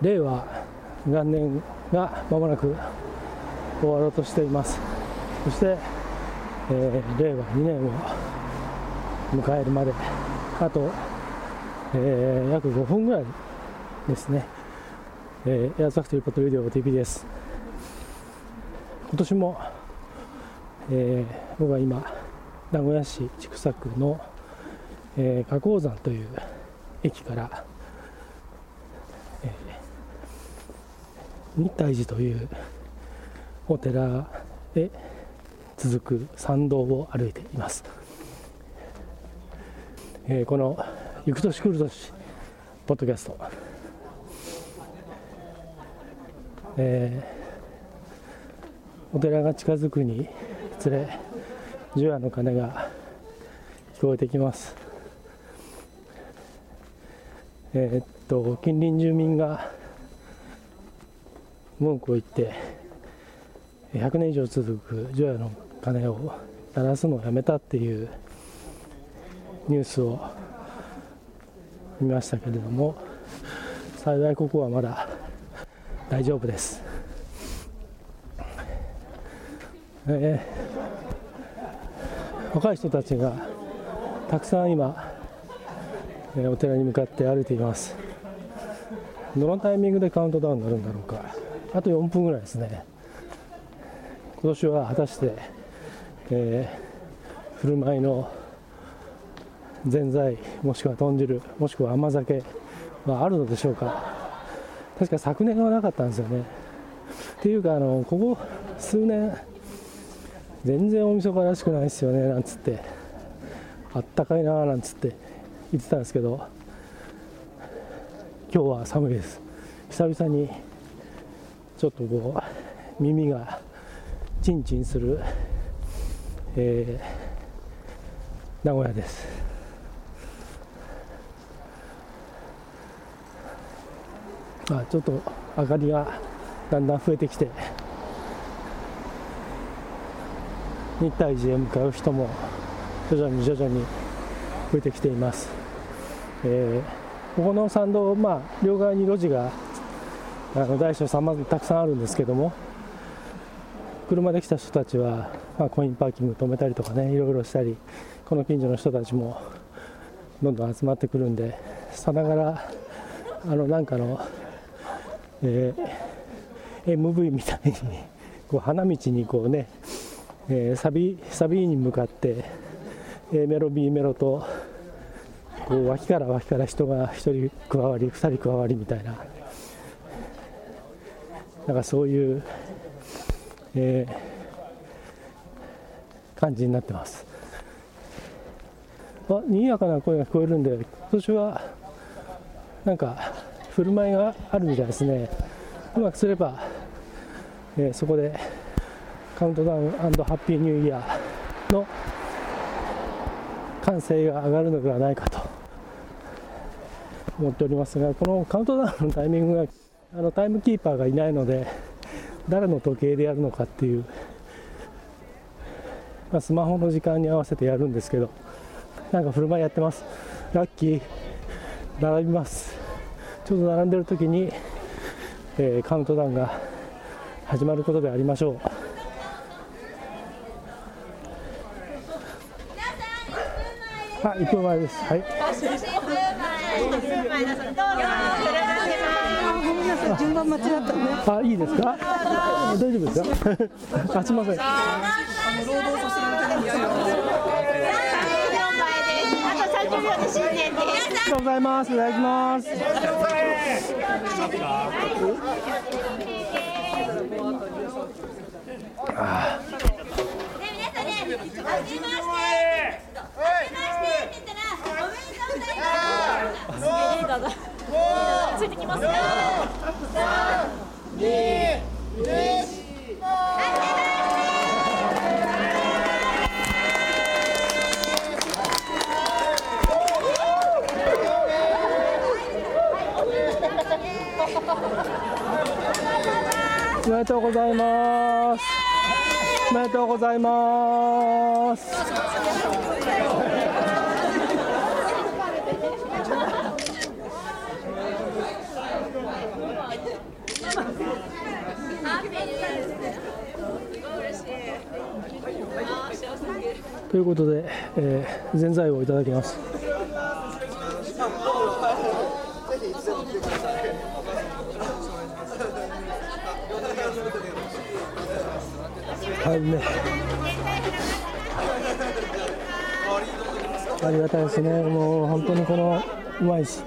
令和元年がまもなく終わろうとしています。そして、令和2年を迎えるまであと、約5分ぐらいですね。エアザクトリポットレディオ TV です。今年も、僕は今名古屋市千種区の、花崗山という駅から、日泰寺というお寺へ続く参道を歩いています。この行く年来る年ポッドキャスト、お寺が近づくにつれ除夜の鐘が聞こえてきます。近隣住民が文句を言って100年以上続く除夜の鐘を鳴らすのをやめたっていうニュースを見ましたけれども、幸いここはまだ大丈夫です。若い人たちがたくさん今、お寺に向かって歩いています。どのタイミングでカウントダウンになるんだろうか。あと4分ぐらいですね。今年は果たして、振る舞いのぜんざいもしくは豚汁もしくは甘酒はあるのでしょうか。確か昨年はなかったんですよね。っていうかここ数年全然大晦日らしくないですよねなんつって、あったかいななんつって言ってたんですけど、今日は寒いです。久々にちょっとこう耳がチンチンする、名古屋です。ちょっと明かりがだんだん増えてきて、日泰寺へ向かう人も徐々に増えてきています。ここの参道、両側に路地が大小様々たくさんあるんですけども、車で来た人たちは、コインパーキング止めたりとかね、いろいろしたり、この近所の人たちもどんどん集まってくるんで、さながらなんかの、MV みたいにこう花道にこうね、サビに向かって A メロ B メロとこう脇から人が1人加わり2人加わりみたいな、なんかそういう、感じになってます。賑やかな声が聞こえるんで、今年はなんか振る舞いがあるみたいですね。うまくすれば、そこでカウントダウン&ハッピーニューイヤーの歓声が上がるのではないかと思っておりますが、このカウントダウンのタイミングがタイムキーパーがいないので、誰の時計でやるのかっていう、スマホの時間に合わせてやるんですけど、なんか振る舞いやってます。ラッキー、並びます。ちょうど並んでる時に、カウントダウンが始まることでありましょう。1分前です。はい。 ごめんなさい、順番間違ったね。 いいですか。大丈夫ですか。すみません。 労働させるためにやるよ。 あと30秒で新年です。 ありがとうございます。いただきます。 ついてきますよ。3、2、1。 おめでとうございます。おめでとうございます。 ということで、ぜんざいをいただきます。はいね、ありがたいですね。もう本当にこのうまいし。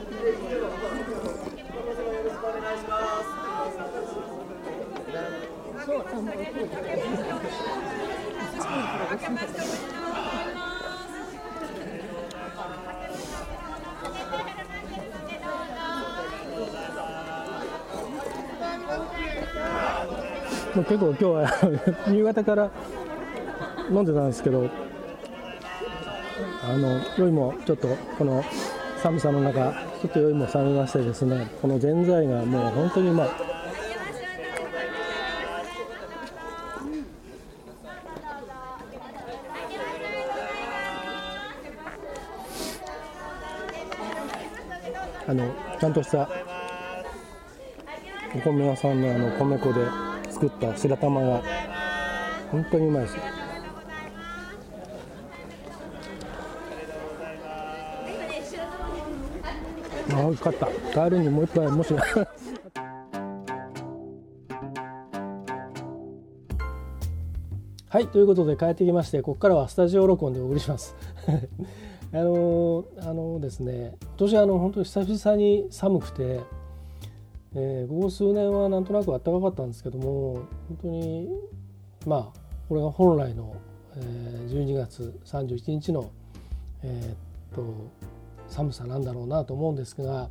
結構今日は夕方から飲んでたんですけど、酔いもちょっとこの寒さの中ちょっと酔いも冷めましてですね、このぜんざいがもう本当にうまい。ちゃんとしたお米屋さんの米粉で作った白玉が本当にうまいです。あ、よかった。帰りにもう一杯もしはい、ということで帰ってきまして、ここからはスタジオ録音でお送りしますですね、今年本当に久々に寒くて、ここ数年はなんとなく暖かかったんですけども、本当にこれが本来の、12月31日の、寒さなんだろうなと思うんですが、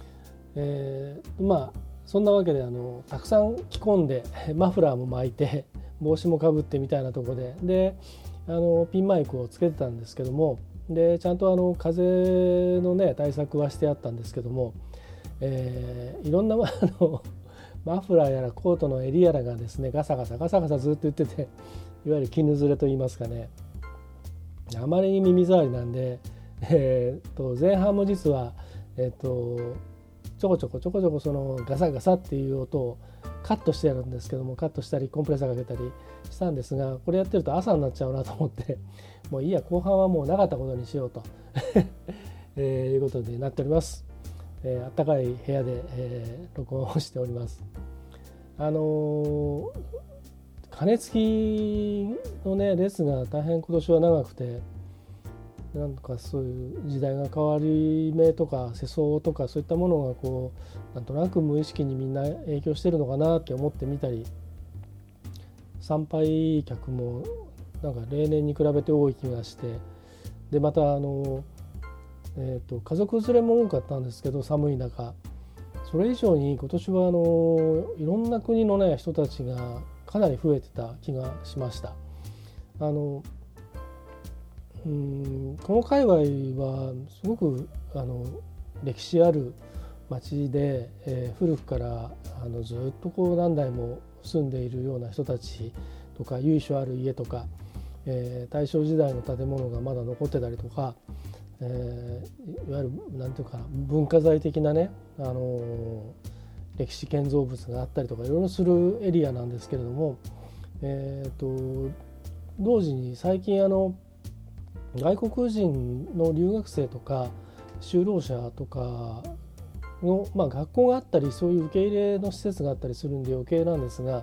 そんなわけでたくさん着込んでマフラーも巻いて帽子もかぶってみたいなところでピンマイクをつけてたんですけども、でちゃんと風のね対策はしてあったんですけども、いろんなマフラーやらコートの襟やらがですねガサガサずっと言ってて、いわゆる絹ずれといいますかね、あまりに耳障りなんで、前半も実は、ちょこちょこそのガサガサっていう音をカットしてやるんですけども、カットしたりコンプレッサーかけたりしたんですが、これやってると朝になっちゃうなと思って、もういいや、後半はもうなかったことにしようと、いうことになっております。暖かい部屋で、録音をしております。加熱器のね列が大変今年は長くて、なんとかそういう時代が変わり目とか世相とかそういったものがこうなんとなく無意識にみんな影響してるのかなって思ってみたり、参拝客もなんか例年に比べて多い気がして、でまた家族連れも多かったんですけど、寒い中それ以上に今年はいろんな国のね人たちがかなり増えてた気がしました。この界隈はすごく歴史ある町で、古くからずっとこう何代も住んでいるような人たちとか、由緒ある家とか、大正時代の建物がまだ残ってたりとか、いわゆるなんていうか文化財的なね、歴史建造物があったりとかいろいろするエリアなんですけれども、同時に最近外国人の留学生とか就労者とかの、学校があったりそういう受け入れの施設があったりするんで余計なんですが、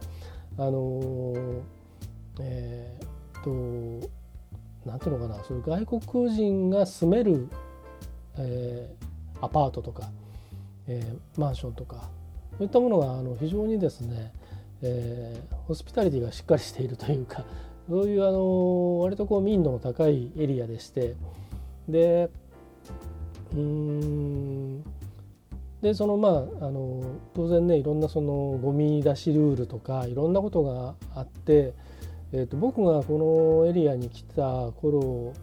なんていうのかな、そういう外国人が住める、アパートとか、マンションとかそういったものが非常にですね、ホスピタリティがしっかりしているというか、そういう割とこう民度の高いエリアでして、でその当然ねいろんなそのゴミ出しルールとかいろんなことがあって、僕がこのエリアに来た頃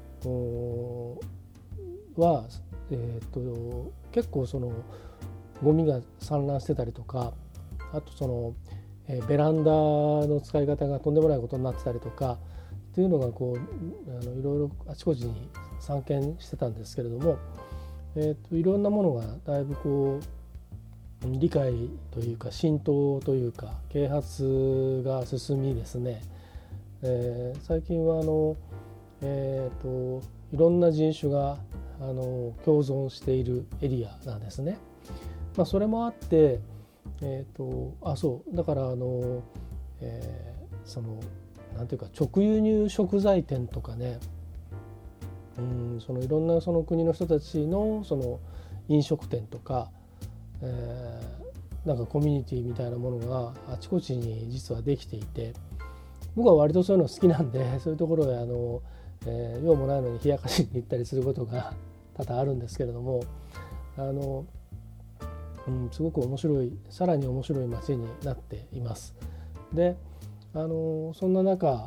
は、結構そのゴミが散乱してたりとか、あとそのベランダの使い方がとんでもないことになってたりとかっていうのがこういろいろあちこちに散見してたんですけれども、いろんなものがだいぶこう理解というか浸透というか啓発が進みですね、最近はいろんな人種が共存しているエリアなんですね。それもあって、そうだからそのなんていうか直輸入食材店とかね、そのいろんなその国の人たちのその飲食店とか、なんかコミュニティみたいなものがあちこちに実はできていて、僕は割とそういうの好きなんで、そういうところへ用もないのに冷やかしに行ったりすることが多々あるんですけれども、すごく面白い、さらに面白い街になっています。で、そんな中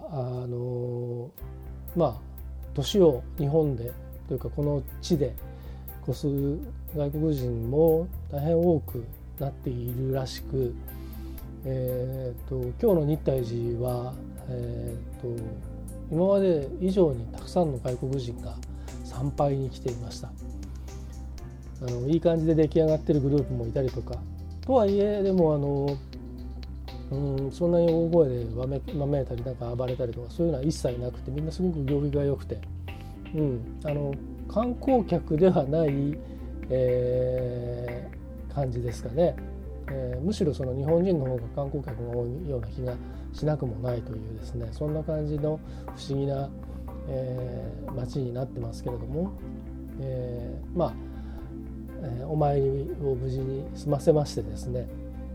年を日本でというかこの地で越す外国人も大変多くなっているらしく、今日の日体寺は、今まで以上にたくさんの外国人が参拝に来ていました。いい感じで出来上がっているグループもいたりとか、とはいえでもそんなに大声でわめいたりなんか暴れたりとかそういうのは一切なくて、みんなすごく行儀が良くて、観光客ではない、感じですかね。むしろその日本人の方が観光客が多いような気がしなくもないというですね、そんな感じの不思議な、街になってますけれども、お参りを無事に済ませましてですね、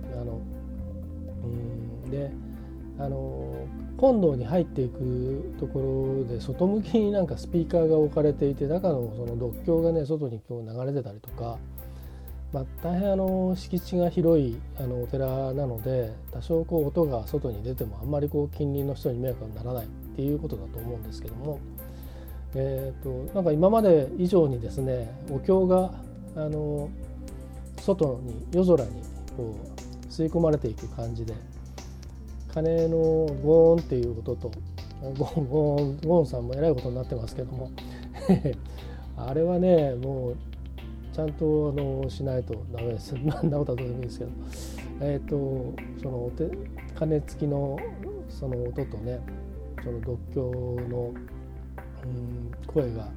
で本堂に入っていくところで外向きになんかスピーカーが置かれていて、中のその読経がね外に今日流れてたりとか、大変敷地が広いお寺なので、多少音が外に出てもあんまり近隣の人に迷惑にならないっていうことだと思うんですけども、なんか今まで以上にですね、お経が外に夜空に吸い込まれていく感じで、鐘のゴーンっていう音とゴーンさんもえらいことになってますけどもあれはねもうちゃんとしないとダメです。なんだことはどうでもいいですけど、その鐘付きのその音とね、その読経の、声が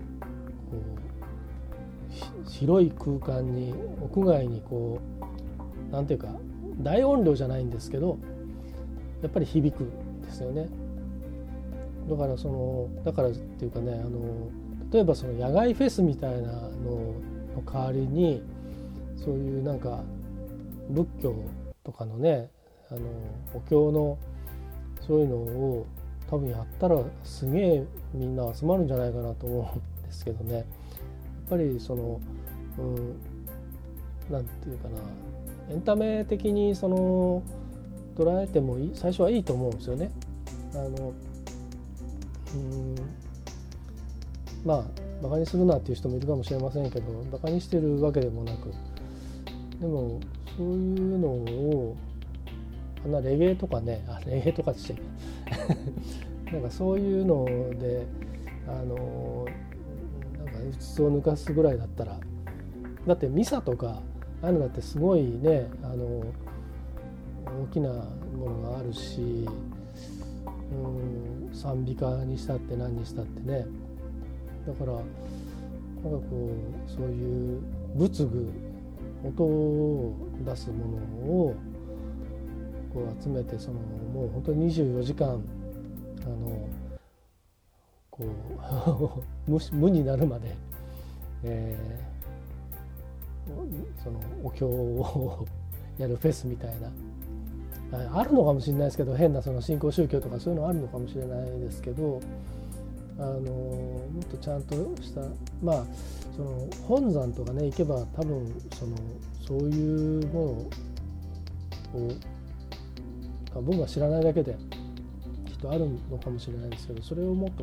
広い空間に屋外になんていうか大音量じゃないんですけどやっぱり響くんですよね。だからっていうかね、例えばその野外フェスみたいなのの代わりにそういうなんか仏教とかのねお経のそういうのを多分やったらすげえみんな集まるんじゃないかなと思うんですけどね。やっぱりその、なんていうかな、エンタメ的に捉えても最初はいいと思うんですよね。バカにするなっていう人もいるかもしれませんけど、バカにしてるわけでもなく、でもそういうのをレゲエとかね、レゲエとかって言っちゃいけないなんかそういうのでなんかうつつを抜かすぐらいだったら、だってミサとかああいうのだってすごいね大きなものがあるし、賛美歌にしたって何にしたってね、だからなんかそういう仏具音を出すものを集めて、もう本当に24時間無になるまで、そのお経をやるフェスみたいなあるのかもしれないですけど、変なその新興宗教とかそういうのあるのかもしれないですけど、もっとちゃんとしたその本山とかね行けば多分そういうものを僕が知らないだけできっとあるのかもしれないですけど、それをもっと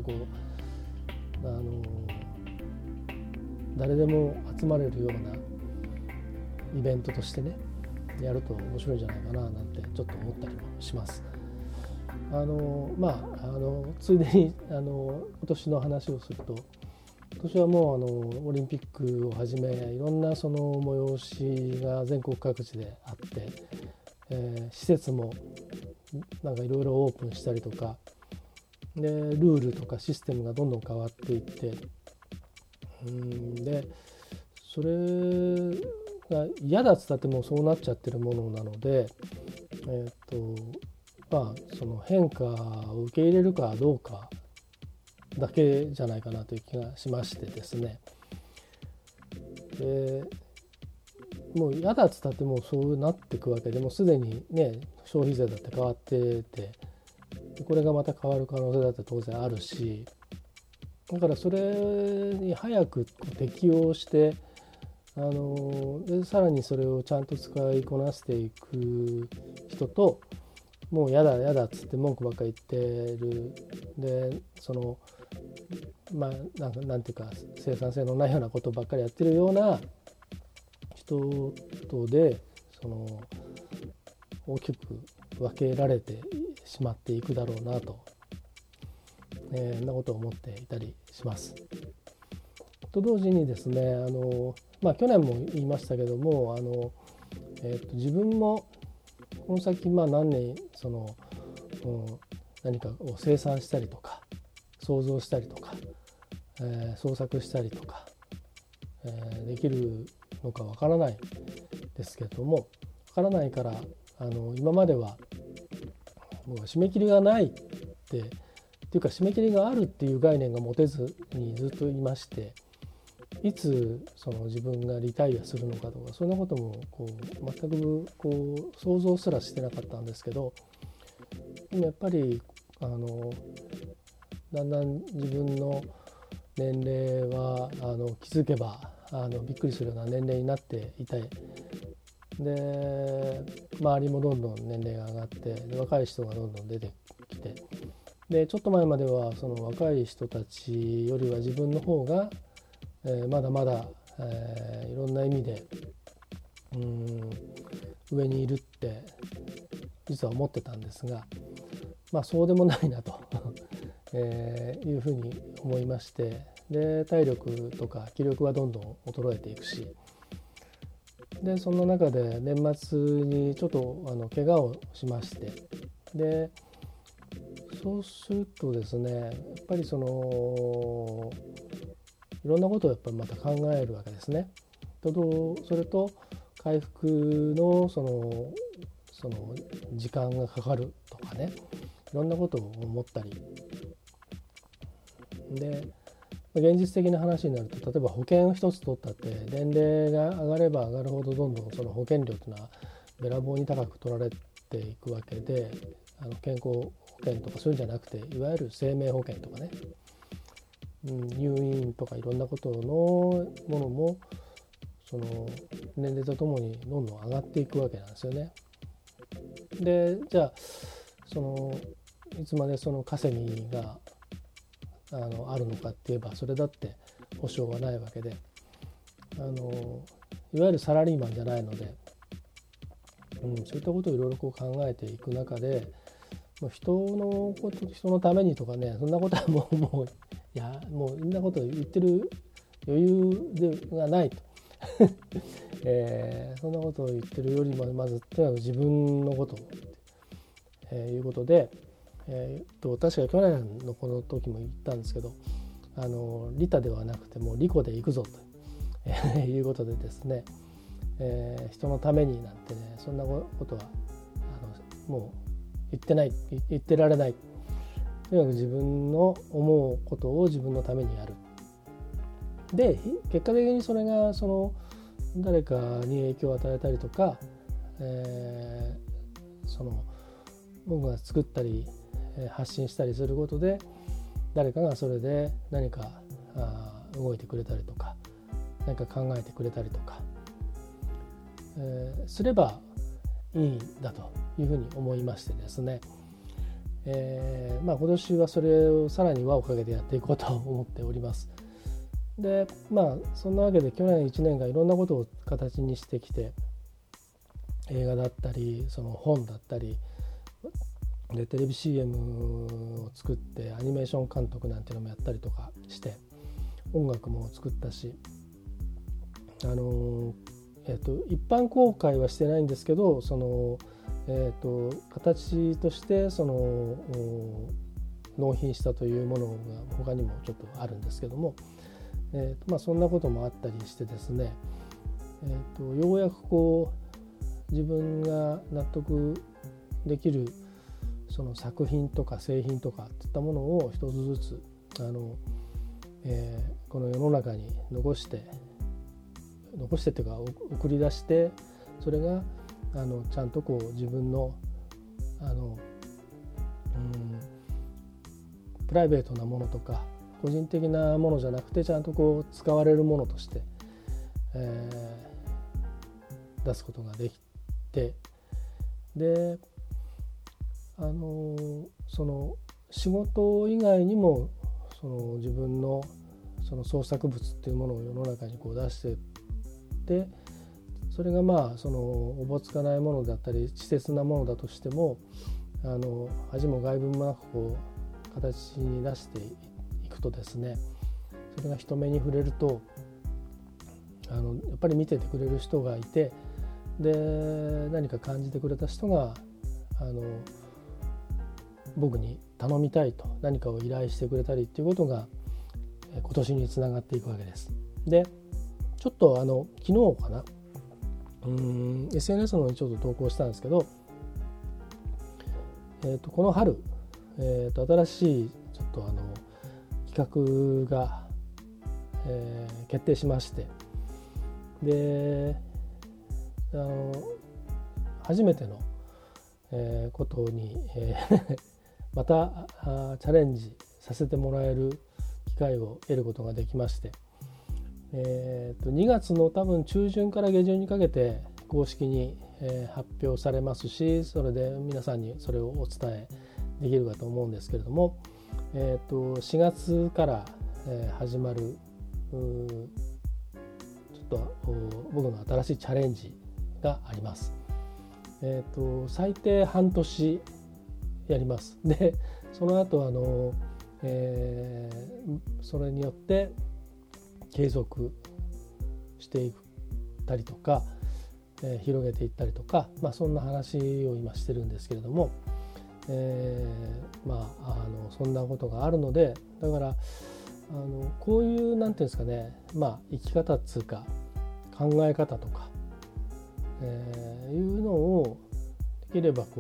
誰でも集まれるようなイベントとしてねやると面白いんじゃないかななんてちょっと思ったりもします。ついでに今年の話をすると、今年はもうオリンピックをはじめいろんなその催しが全国各地であって、施設もなんかいろいろオープンしたりとか、 でルールとかシステムがどんどん変わっていって、でそれが嫌だっつったってもうそうなっちゃってるものなので、その変化を受け入れるかどうかだけじゃないかなという気がしましてですね。でもう嫌だっつったってもうそうなっていくわけで、もうすでにね消費税だって変わってて、これがまた変わる可能性だって当然あるし、だからそれに早く適応してでさらにそれをちゃんと使いこなしていく人と、もうやだやだっつって文句ばっかり言ってる、でそのなんていうか生産性のないようなことばっかりやってるような人とで大きく分けられてしまっていくだろうなと、そんなことを思っていたりします。と同時にですね、去年も言いましたけども、自分もこの先何年何かを生産したりとか創造したりとか、創作したりとか、できるのかわからないですけれども、わからないから今まではもう締め切りがないっていうか、締め切りがあるっていう概念が持てずにずっといまして、いつ自分がリタイアするのかとか、そんなことも全く想像すらしてなかったんですけど、でもやっぱりだんだん自分の年齢は気づけばびっくりするような年齢になっていて、で周りもどんどん年齢が上がって、で若い人がどんどん出てきて、でちょっと前まではその若い人たちよりは自分の方がまだまだ、いろんな意味で上にいるって実は思ってたんですが、そうでもないなというふうに思いまして、で体力とか気力はどんどん衰えていくし、でそんな中で年末にちょっと怪我をしまして、でそうするとですね、やっぱりいろんなことをやっぱりまた考えるわけですね。それと回復のその時間がかかるとかね、いろんなことを思ったりで、現実的な話になると、例えば保険を一つ取ったって年齢が上がれば上がるほどどんどんその保険料というのはべらぼうに高く取られていくわけで、健康保険とかそういうんじゃなくて、いわゆる生命保険とかね、入院とかいろんなことのものも年齢とともにどんどん上がっていくわけなんですよね。でじゃあいつまで稼ぎがあるのかって言えば、それだって保証はないわけで、いわゆるサラリーマンじゃないので、そういったことをいろいろ考えていく中で、人のためにとかね、そんなことはもうそんなことを言ってる余裕がないとそんなことを言ってるよりも、まずとにかく自分のことを、いうことで、確か去年のこの時も言ったんですけど、利他ではなくてもう利己で行くぞと、いうことでですね、人のためになんてね、そんなことはもう言ってられない。とにかく自分の思うことを自分のためにやる。で結果的にそれが誰かに影響を与えたりとか、僕が作ったり発信したりすることで、誰かがそれで何か動いてくれたりとか、何か考えてくれたりとか、すればいいんだというふうに思いましてですね、今年はそれをさらに輪をかけてやっていこうと思っております。でそんなわけで去年1年がいろんなことを形にしてきて、映画だったり本だったりで、テレビ CM を作ってアニメーション監督なんていうのもやったりとかして、音楽も作ったし、一般公開はしてないんですけど、形として納品したというものが他にもちょっとあるんですけども、そんなこともあったりしてですね、ようやく自分が納得できるその作品とか製品とかといったものを一つずつこの世の中に残してっていうか送り出して、それがちゃんと自分のプライベートなものとか個人的なものじゃなくて、ちゃんと使われるものとして、出すことができて、でその仕事以外にもその自分のその創作物っていうものを世の中に出していって、それがそのおぼつかないものだったり稚拙なものだとしても恥も外聞もなく形に出していくとですね、それが人目に触れるとやっぱり見ててくれる人がいて、で何か感じてくれた人が僕に頼みたいと何かを依頼してくれたりっていうことが今年につながっていくわけです。でちょっと昨日かなSNS の方にちょっと投稿したんですけど、この春、新しいちょっと企画が、決定しまして、で初めての、ことに、またチャレンジさせてもらえる機会を得ることができまして、2月の多分中旬から下旬にかけて公式に、発表されますし、それで皆さんにそれをお伝えできるかと思うんですけれども、4月から、始まるちょっと僕の新しいチャレンジがあります。最低半年やります。でその後それによって継続していったりとか、広げていったりとか、そんな話を今してるんですけれども、そんなことがあるので、だからこういうなんていうんですかね、生き方っつうか考え方とか、いうのをできれば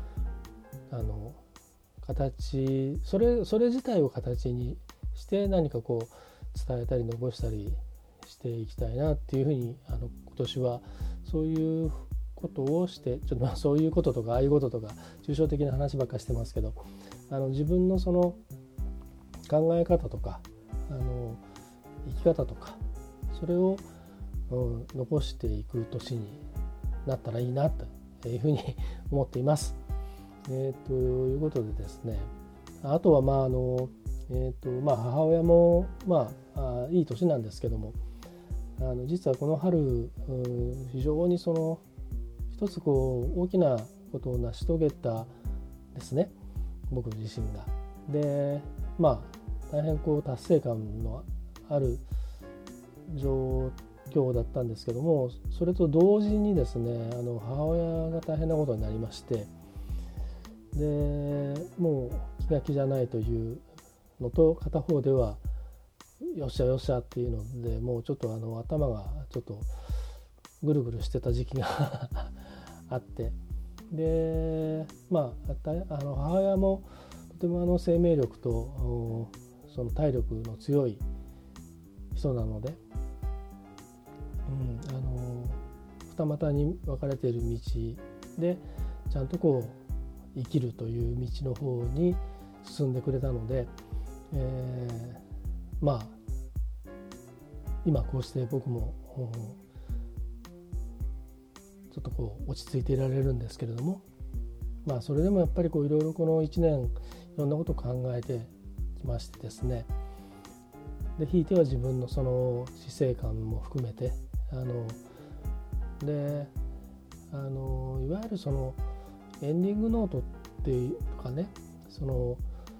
形それ自体を形にして何か伝えたり残したりしていきたいなっていうふうに今年はそういうことをして、ちょっとそういうこととかああいうこととか抽象的な話ばっかしてますけど、自分のその考え方とか生き方とかそれを、残していく年になったらいいなというふうに思っています。ということでですね、あとは母親もいい年なんですけども、実はこの春非常にその一つ大きなことを成し遂げたですね、僕自身が。で大変達成感のある状況だったんですけども、それと同時にですね母親が大変なことになりまして、でもう気が気じゃないというのと、片方ではよっしゃよっしゃっていうので、もうちょっと頭がちょっとぐるぐるしてた時期があって、で母親もとても生命力とその体力の強い人なので、二股に分かれている道でちゃんと生きるという道の方に進んでくれたので、今こうして僕もちょっと落ち着いていられるんですけれども、それでもやっぱりいろいろこの1年いろんなことを考えてきましてですね、でひいては自分のその死生観も含めてでいわゆるそのエンディングノートっていうかね、その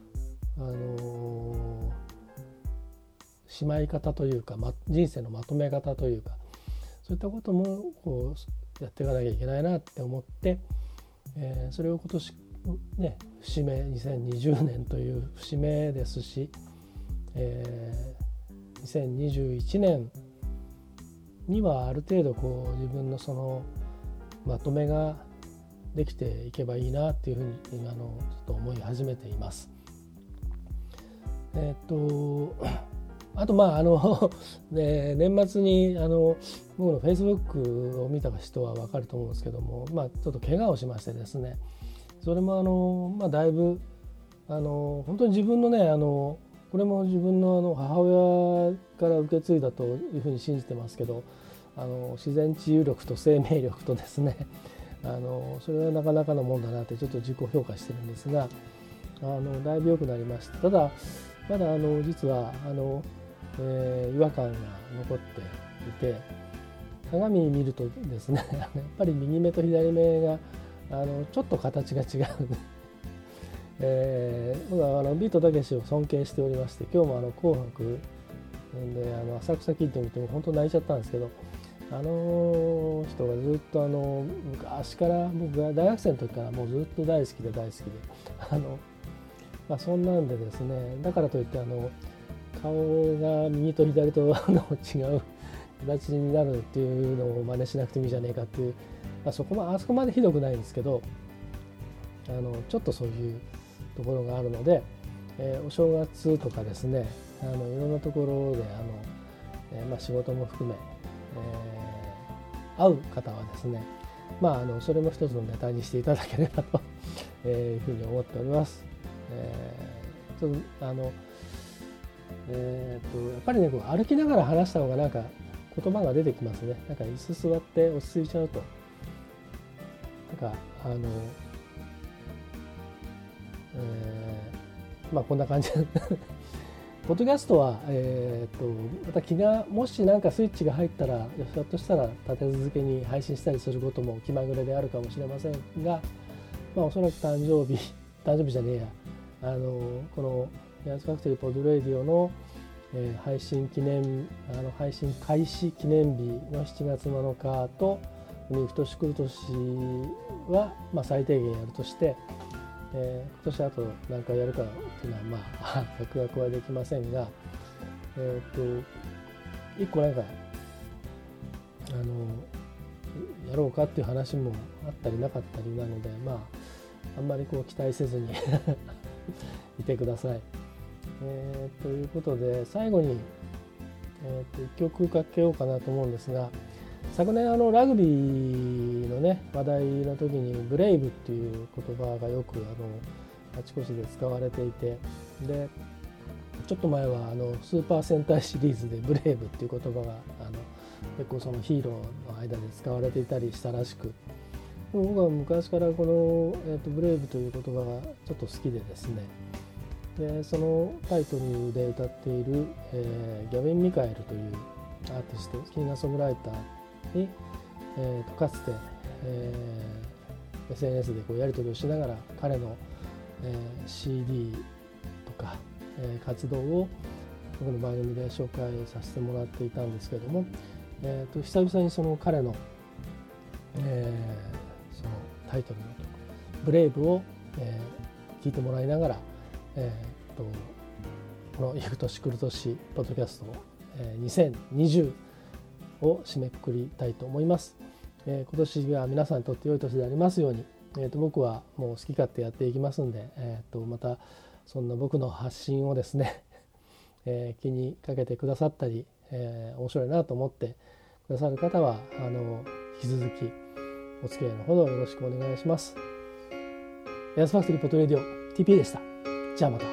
しまい方というか、人生のまとめ方というか、そういったこともやっていかなきゃいけないなって思って、それを今年ね、節目2020年という節目ですし、2021年にはある程度こう自分のそのまとめができていけばいいなっていうふうにちょっと思い始めています。あと年末に僕の Facebook を見た人は分かると思うんですけども、ちょっと怪我をしましてですね、それもだいぶ本当に自分のねこれも自分の母親から受け継いだというふうに信じてますけど、自然治癒力と生命力とですねそれはなかなかのもんだなってちょっと自己評価してるんですが、だいぶ良くなりました。ただまだ実は違和感が残っていて、鏡見るとですねやっぱり右目と左目がちょっと形が違う僕はビートたけしを尊敬しておりまして、今日も紅白で浅草キッド見ても本当泣いちゃったんですけど、人がずっと昔から僕が大学生の時からもうずっと大好きでそんなんでですね、だからといって顔が右と左と違う形になるっていうのを真似しなくてもいいじゃねえかっていう、あそこまでひどくないんですけど、ちょっとそういうところがあるので、お正月とかですねいろんなところで仕事も含め、会う方はですねそれも一つのネタにしていただければというふうに思っております。ちょっとやっぱりねこう歩きながら話した方がなんか言葉が出てきますね。なんか椅子座って落ち着いちゃうとなんかこんな感じポッドキャストは、また気がもしなんかスイッチが入ったらひょっとしたら立て続けに配信したりすることも気まぐれであるかもしれませんが、おそらく誕生日じゃねえやこのヤーズファクトリーポッドレディオの、配信開始記念日の7月7日と行く年来る年は、最低限やるとして、今年あと何回やるかっていうのは確約はできませんが、一個なんかやろうかっていう話もあったりなかったりなので、あんまりこう期待せずにいてください。ということで最後に、1曲かけようかなと思うんですが、昨年ラグビーのね話題の時にブレイブっていう言葉がよくあちこちで使われていて、でちょっと前はスーパー戦隊シリーズでブレイブっていう言葉が結構そのヒーローの間で使われていたりしたらしく、僕は昔からこの、ブレイブという言葉がちょっと好きでですね、でそのタイトルで歌っている、ギャビン・ミカエルというアーティストシンガーソングライターに、かつて、SNS でこうやり取りをしながら彼の、CD とか、活動を僕の番組で紹介させてもらっていたんですけども、久々にその彼の、そのタイトルのブレイブを、聞いてもらいながら、この行く年来る年ポッドキャストを、2020を締めくくりたいと思います。今年が皆さんにとって良い年でありますように、僕はもう好き勝手やっていきますんで、またそんな僕の発信をですね、気にかけてくださったり、面白いなと思ってくださる方は引き続きお付き合いのほどよろしくお願いします。ヤーズファクトリーポッドレディオ TP でした。じゃあまた。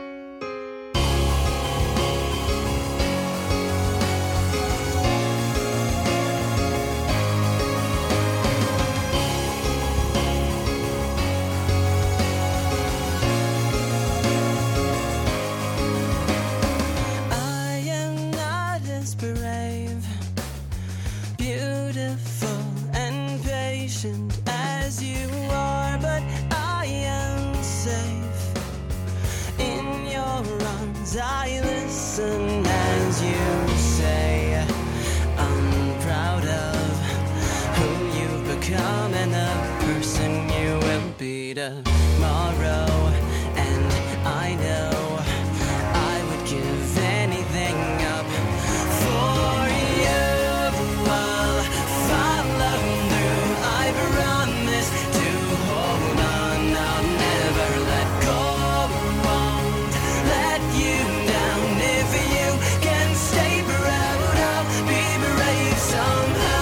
As you are, but I am safe in your arms. I listen as you say, I'm proud of who you've become and the person you will be tomorrow. And I know I would give anything up for you. I'll follow through. I promise to hold on. I'll never let go. Won't let you down. If you can stay proud, I'll be brave somehow.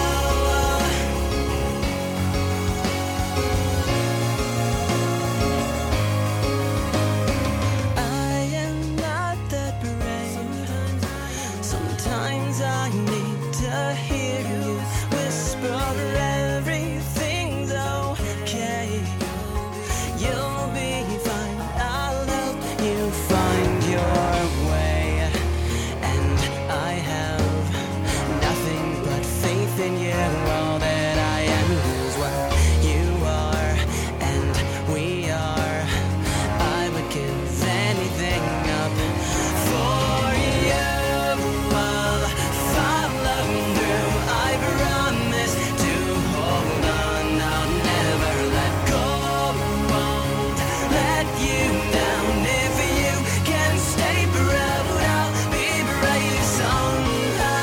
I am not that brave. Sometimes I need to hear you whisper everything's okay. You'll be fine. I'll help you find your way. And I have nothing but faith in you. All that I am is what you are, and we are. I would give anything up for you. I'll follow through. I promise to hold on. I'll never let go. Won't let you down. If you can stay proud, I'll be brave somehow.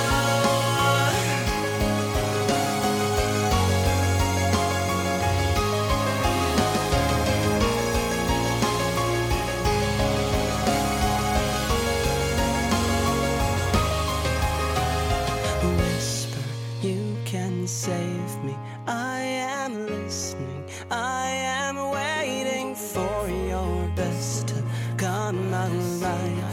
Whisper, you can save me. I am listening. I am waiting for your best to come alive.